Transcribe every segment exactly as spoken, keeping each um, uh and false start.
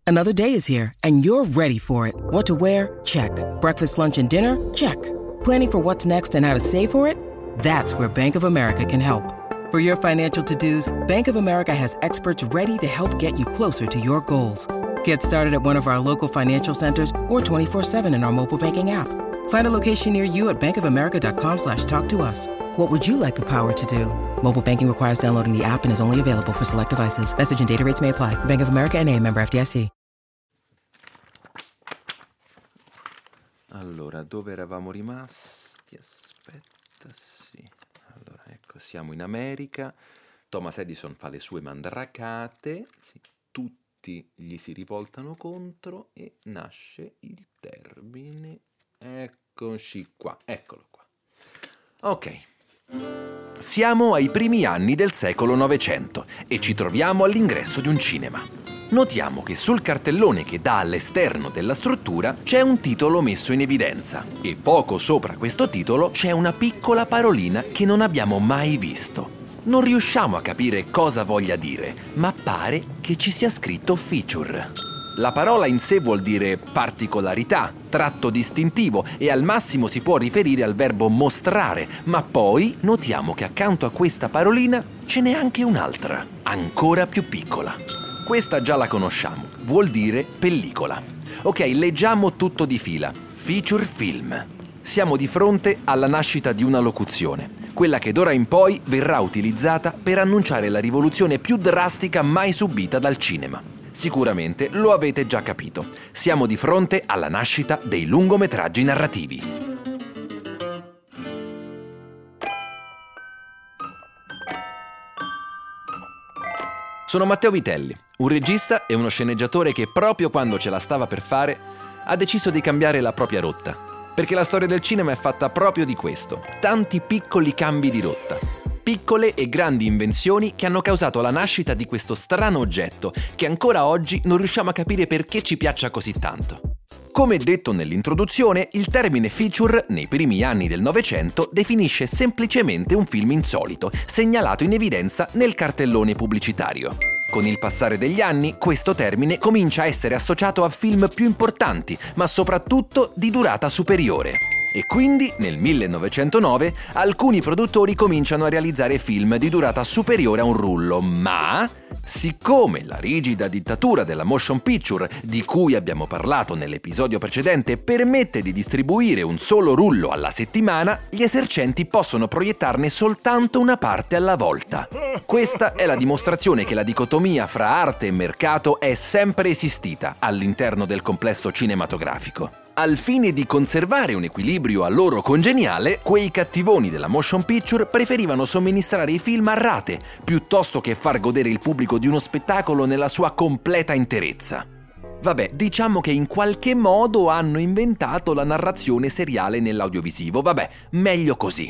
Another day is here, and you're ready for it. What to wear? Check. Breakfast, lunch, and dinner? Check. Planning for what's next and how to save for it? That's where Bank of America can help. For your financial to-dos, Bank of America has experts ready to help get you closer to your goals. Get started at one of our local financial centers or twenty-four seven in our mobile banking app. Find a location near you at bankofamerica.com slash talk to us. What would you like the power to do? Mobile banking requires downloading the app and is only available for select devices. Message and data rates may apply. Bank of America N A, member F D I C. Allora, dove eravamo rimasti? Aspetta, sì. Allora, ecco, siamo in America. Thomas Edison fa le sue mandracate, sì, tutti gli si rivoltano contro e nasce il termine. Eccoci qua, eccolo qua. Ok. Siamo ai primi anni del secolo Novecento e ci troviamo all'ingresso di un cinema. Notiamo che sul cartellone che dà all'esterno della struttura c'è un titolo messo in evidenza e poco sopra questo titolo c'è una piccola parolina che non abbiamo mai visto. Non riusciamo a capire cosa voglia dire, ma pare che ci sia scritto feature. La parola in sé vuol dire particolarità, tratto distintivo e al massimo si può riferire al verbo mostrare, ma poi notiamo che accanto a questa parolina ce n'è anche un'altra, ancora più piccola. Questa già la conosciamo, vuol dire pellicola. Ok, leggiamo tutto di fila. Feature film. Siamo di fronte alla nascita di una locuzione, quella che d'ora in poi verrà utilizzata per annunciare la rivoluzione più drastica mai subita dal cinema. Sicuramente lo avete già capito. Siamo di fronte alla nascita dei lungometraggi narrativi. Sono Matteo Vitelli, un regista e uno sceneggiatore che proprio quando ce la stava per fare ha deciso di cambiare la propria rotta. Perché la storia del cinema è fatta proprio di questo, tanti piccoli cambi di rotta. Piccole e grandi invenzioni che hanno causato la nascita di questo strano oggetto che ancora oggi non riusciamo a capire perché ci piaccia così tanto. Come detto nell'introduzione, il termine feature nei primi anni del Novecento definisce semplicemente un film insolito, segnalato in evidenza nel cartellone pubblicitario. Con il passare degli anni, questo termine comincia a essere associato a film più importanti, ma soprattutto di durata superiore. E quindi, nel millenovecentonove, alcuni produttori cominciano a realizzare film di durata superiore a un rullo, ma siccome la rigida dittatura della motion picture, di cui abbiamo parlato nell'episodio precedente, permette di distribuire un solo rullo alla settimana, gli esercenti possono proiettarne soltanto una parte alla volta. Questa è la dimostrazione che la dicotomia fra arte e mercato è sempre esistita all'interno del complesso cinematografico. Al fine di conservare un equilibrio a loro congeniale, quei cattivoni della motion picture preferivano somministrare i film a rate, piuttosto che far godere il pubblico di uno spettacolo nella sua completa interezza. Vabbè, diciamo che in qualche modo hanno inventato la narrazione seriale nell'audiovisivo, vabbè, meglio così.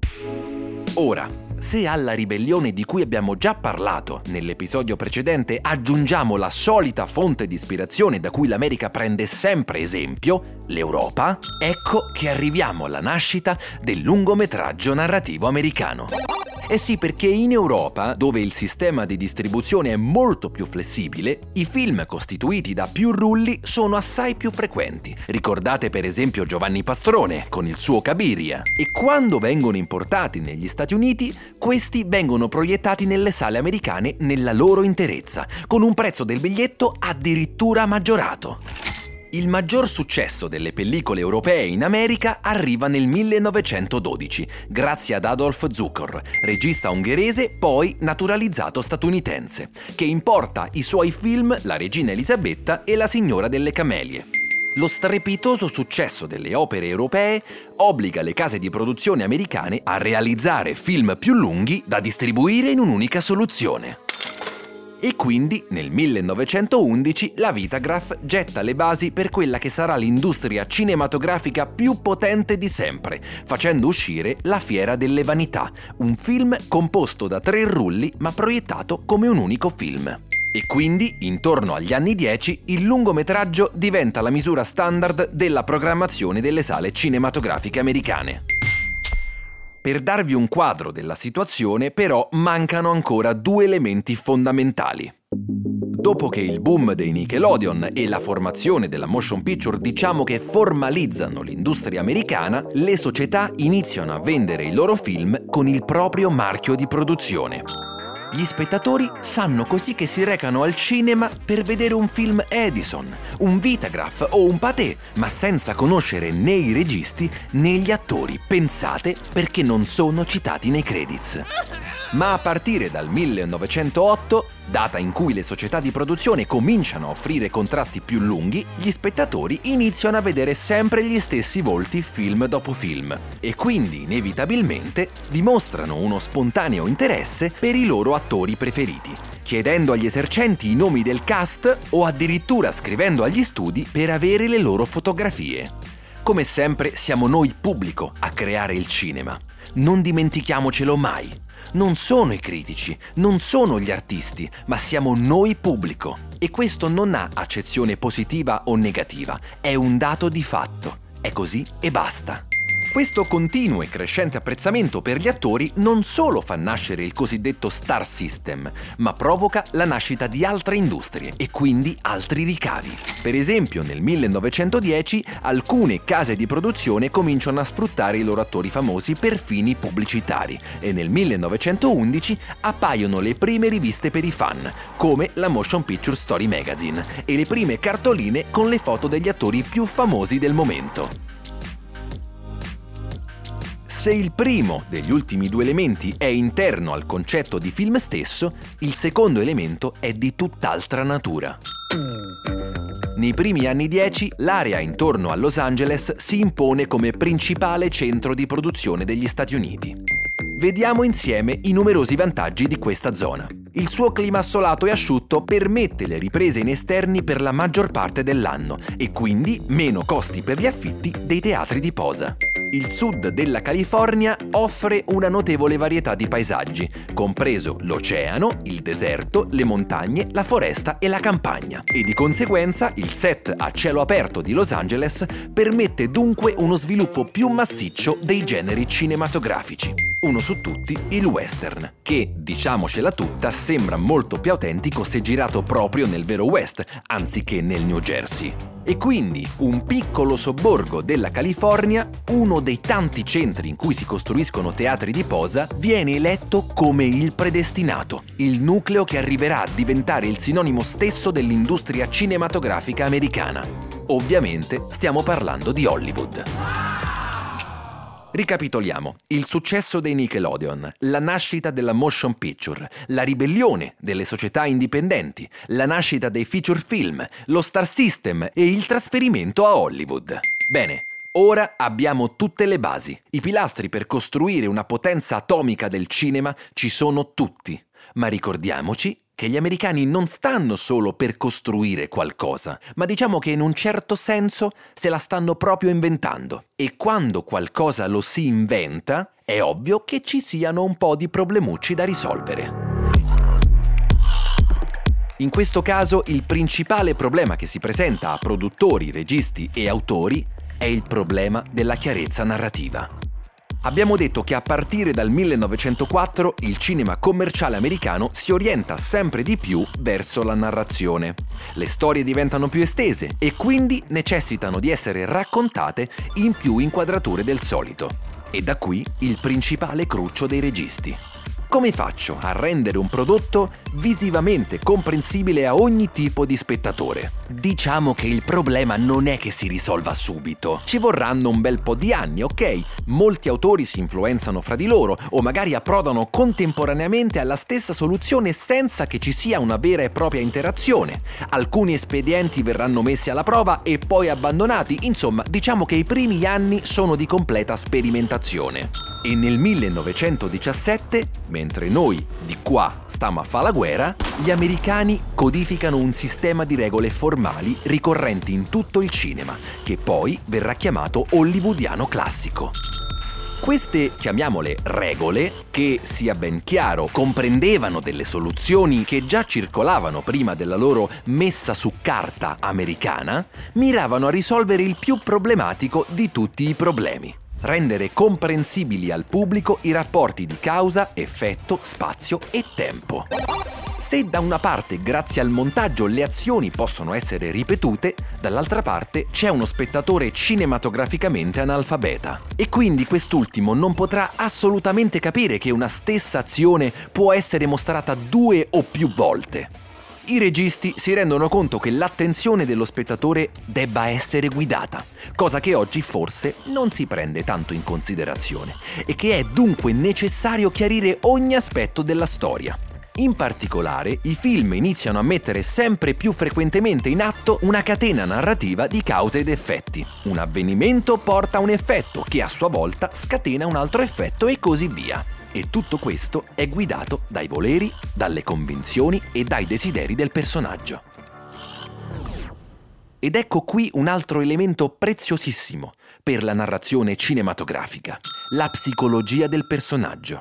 Ora, se alla ribellione di cui abbiamo già parlato nell'episodio precedente aggiungiamo la solita fonte di ispirazione da cui l'America prende sempre esempio, l'Europa, ecco che arriviamo alla nascita del lungometraggio narrativo americano. Eh sì, perché in Europa, dove il sistema di distribuzione è molto più flessibile, i film costituiti da più rulli sono assai più frequenti. Ricordate per esempio Giovanni Pastrone con il suo Cabiria. E quando vengono importati negli Stati Uniti, questi vengono proiettati nelle sale americane nella loro interezza, con un prezzo del biglietto addirittura maggiorato. Il maggior successo delle pellicole europee in America arriva nel millenovecentododici, grazie ad Adolf Zukor, regista ungherese poi naturalizzato statunitense, che importa i suoi film La regina Elisabetta e La signora delle camelie. Lo strepitoso successo delle opere europee obbliga le case di produzione americane a realizzare film più lunghi da distribuire in un'unica soluzione. E quindi, nel millenovecentoundici, la Vitagraph getta le basi per quella che sarà l'industria cinematografica più potente di sempre, facendo uscire La fiera delle vanità, un film composto da tre rulli ma proiettato come un unico film. E quindi, intorno agli anni dieci, il lungometraggio diventa la misura standard della programmazione delle sale cinematografiche americane. Per darvi un quadro della situazione, però, mancano ancora due elementi fondamentali. Dopo che il boom dei Nickelodeon e la formazione della motion picture diciamo che formalizzano l'industria americana, le società iniziano a vendere i loro film con il proprio marchio di produzione. Gli spettatori sanno così che si recano al cinema per vedere un film Edison, un Vitagraph o un Pathé, ma senza conoscere né i registi né gli attori, pensate, perché non sono citati nei credits. Ma a partire dal millenovecentootto, data in cui le società di produzione cominciano a offrire contratti più lunghi, gli spettatori iniziano a vedere sempre gli stessi volti film dopo film e quindi inevitabilmente dimostrano uno spontaneo interesse per i loro attori preferiti, chiedendo agli esercenti i nomi del cast o addirittura scrivendo agli studi per avere le loro fotografie. Come sempre siamo noi pubblico a creare il cinema. Non dimentichiamocelo mai. Non sono i critici, non sono gli artisti, ma siamo noi pubblico. E questo non ha accezione positiva o negativa, è un dato di fatto. È così e basta. Questo continuo e crescente apprezzamento per gli attori non solo fa nascere il cosiddetto star system, ma provoca la nascita di altre industrie e quindi altri ricavi. Per esempio, nel millenovecentodieci alcune case di produzione cominciano a sfruttare i loro attori famosi per fini pubblicitari e nel millenovecentoundici appaiono le prime riviste per i fan, come la Motion Picture Story Magazine, e le prime cartoline con le foto degli attori più famosi del momento. Se il primo degli ultimi due elementi è interno al concetto di film stesso, il secondo elemento è di tutt'altra natura. Nei primi anni dieci, l'area intorno a Los Angeles si impone come principale centro di produzione degli Stati Uniti. Vediamo insieme i numerosi vantaggi di questa zona. Il suo clima assolato e asciutto permette le riprese in esterni per la maggior parte dell'anno e quindi meno costi per gli affitti dei teatri di posa. Il sud della California offre una notevole varietà di paesaggi, compreso l'oceano, il deserto, le montagne, la foresta e la campagna. E di conseguenza il set a cielo aperto di Los Angeles permette dunque uno sviluppo più massiccio dei generi cinematografici. Uno su tutti, il western, che, diciamocela tutta, sembra molto più autentico se girato proprio nel vero West, anziché nel New Jersey. E quindi un piccolo sobborgo della California, uno dei tanti centri in cui si costruiscono teatri di posa, viene eletto come il predestinato, il nucleo che arriverà a diventare il sinonimo stesso dell'industria cinematografica americana. Ovviamente stiamo parlando di Hollywood. Ricapitoliamo: il successo dei Nickelodeon, la nascita della motion picture, la ribellione delle società indipendenti, la nascita dei feature film, lo star system e il trasferimento a Hollywood. Bene, ora abbiamo tutte le basi. I pilastri per costruire una potenza atomica del cinema ci sono tutti. Ma ricordiamoci che gli americani non stanno solo per costruire qualcosa, ma diciamo che in un certo senso se la stanno proprio inventando. E quando qualcosa lo si inventa, è ovvio che ci siano un po' di problemucci da risolvere. In questo caso il principale problema che si presenta a produttori, registi e autori è il problema della chiarezza narrativa. Abbiamo detto che a partire dal millenovecentoquattro il cinema commerciale americano si orienta sempre di più verso la narrazione. Le storie diventano più estese e quindi necessitano di essere raccontate in più inquadrature del solito. E da qui il principale cruccio dei registi. Come faccio a rendere un prodotto visivamente comprensibile a ogni tipo di spettatore? Diciamo che il problema non è che si risolva subito. Ci vorranno un bel po' di anni, ok? Molti autori si influenzano fra di loro o magari approdano contemporaneamente alla stessa soluzione senza che ci sia una vera e propria interazione. Alcuni espedienti verranno messi alla prova e poi abbandonati. Insomma, diciamo che i primi anni sono di completa sperimentazione. E nel millenovecentodiciassette, mentre noi di qua stiamo a fare la guerra, gli americani codificano un sistema di regole formali ricorrenti in tutto il cinema, che poi verrà chiamato hollywoodiano classico. Queste, chiamiamole regole, che sia ben chiaro, comprendevano delle soluzioni che già circolavano prima della loro messa su carta americana, miravano a risolvere il più problematico di tutti i problemi: rendere comprensibili al pubblico i rapporti di causa, effetto, spazio e tempo. Se da una parte, grazie al montaggio, le azioni possono essere ripetute, dall'altra parte c'è uno spettatore cinematograficamente analfabeta e quindi quest'ultimo non potrà assolutamente capire che una stessa azione può essere mostrata due o più volte. I registi si rendono conto che l'attenzione dello spettatore debba essere guidata, cosa che oggi forse non si prende tanto in considerazione e che è dunque necessario chiarire ogni aspetto della storia. In particolare, i film iniziano a mettere sempre più frequentemente in atto una catena narrativa di cause ed effetti. Un avvenimento porta a un effetto che a sua volta scatena un altro effetto e così via. E tutto questo è guidato dai voleri, dalle convinzioni e dai desideri del personaggio. Ed ecco qui un altro elemento preziosissimo per la narrazione cinematografica: la psicologia del personaggio.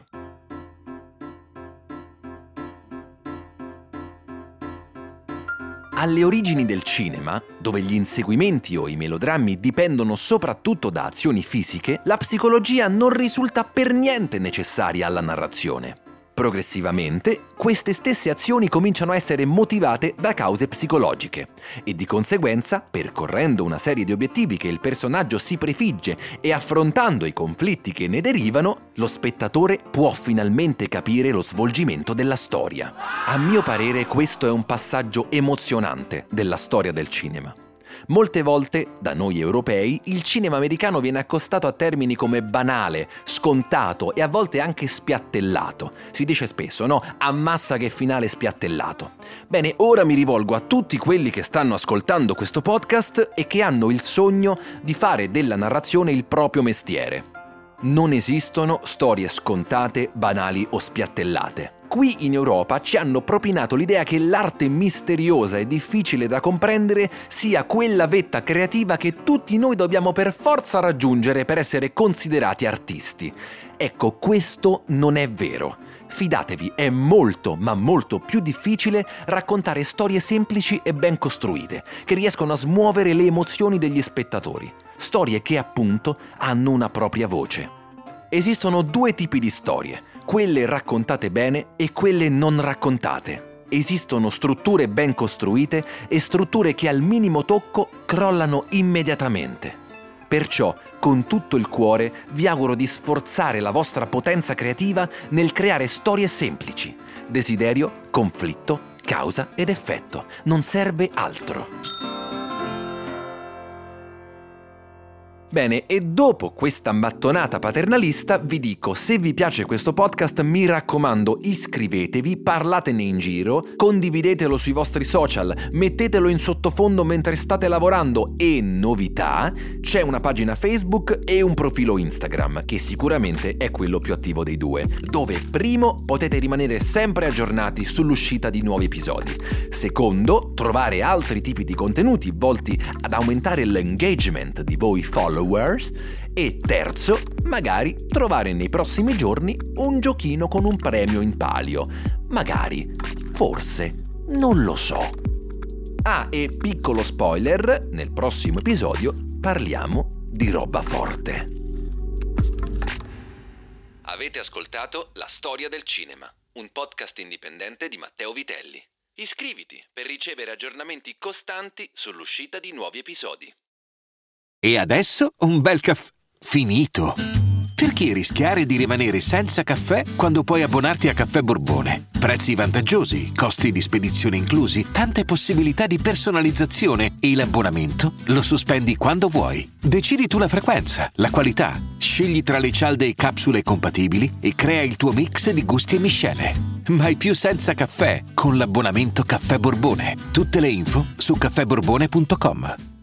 Alle origini del cinema, dove gli inseguimenti o i melodrammi dipendono soprattutto da azioni fisiche, la psicologia non risulta per niente necessaria alla narrazione. Progressivamente, queste stesse azioni cominciano a essere motivate da cause psicologiche e di conseguenza, percorrendo una serie di obiettivi che il personaggio si prefigge e affrontando i conflitti che ne derivano, lo spettatore può finalmente capire lo svolgimento della storia. A mio parere, questo è un passaggio emozionante della storia del cinema. Molte volte, da noi europei, il cinema americano viene accostato a termini come banale, scontato e a volte anche spiattellato. Si dice spesso, no? Ammazza che finale spiattellato. Bene, ora mi rivolgo a tutti quelli che stanno ascoltando questo podcast e che hanno il sogno di fare della narrazione il proprio mestiere. Non esistono storie scontate, banali o spiattellate. Qui in Europa ci hanno propinato l'idea che l'arte misteriosa e difficile da comprendere sia quella vetta creativa che tutti noi dobbiamo per forza raggiungere per essere considerati artisti. Ecco, questo non è vero. Fidatevi, è molto, ma molto più difficile raccontare storie semplici e ben costruite, che riescono a smuovere le emozioni degli spettatori. Storie che, appunto, hanno una propria voce. Esistono due tipi di storie, quelle raccontate bene e quelle non raccontate. Esistono strutture ben costruite e strutture che al minimo tocco crollano immediatamente. Perciò, con tutto il cuore, vi auguro di sforzare la vostra potenza creativa nel creare storie semplici. Desiderio, conflitto, causa ed effetto. Non serve altro. Bene, e dopo questa mattonata paternalista vi dico, se vi piace questo podcast mi raccomando iscrivetevi, parlatene in giro, condividetelo sui vostri social, mettetelo in sottofondo mentre state lavorando e, novità, c'è una pagina Facebook e un profilo Instagram, che sicuramente è quello più attivo dei due, dove primo potete rimanere sempre aggiornati sull'uscita di nuovi episodi, secondo trovare altri tipi di contenuti volti ad aumentare l'engagement di voi follower e terzo, magari trovare nei prossimi giorni un giochino con un premio in palio. Magari, forse, non lo so. Ah, e piccolo spoiler, nel prossimo episodio parliamo di roba forte. Avete ascoltato La Storia del Cinema, un podcast indipendente di Matteo Vitelli. Iscriviti per ricevere aggiornamenti costanti sull'uscita di nuovi episodi. E adesso un bel caffè finito. Perché rischiare di rimanere senza caffè quando puoi abbonarti a Caffè Borbone? Prezzi vantaggiosi, costi di spedizione inclusi, tante possibilità di personalizzazione e l'abbonamento lo sospendi quando vuoi. Decidi tu la frequenza, la qualità, scegli tra le cialde e capsule compatibili e crea il tuo mix di gusti e miscele. Mai più senza caffè con l'abbonamento Caffè Borbone. Tutte le info su caffè borbone punto com.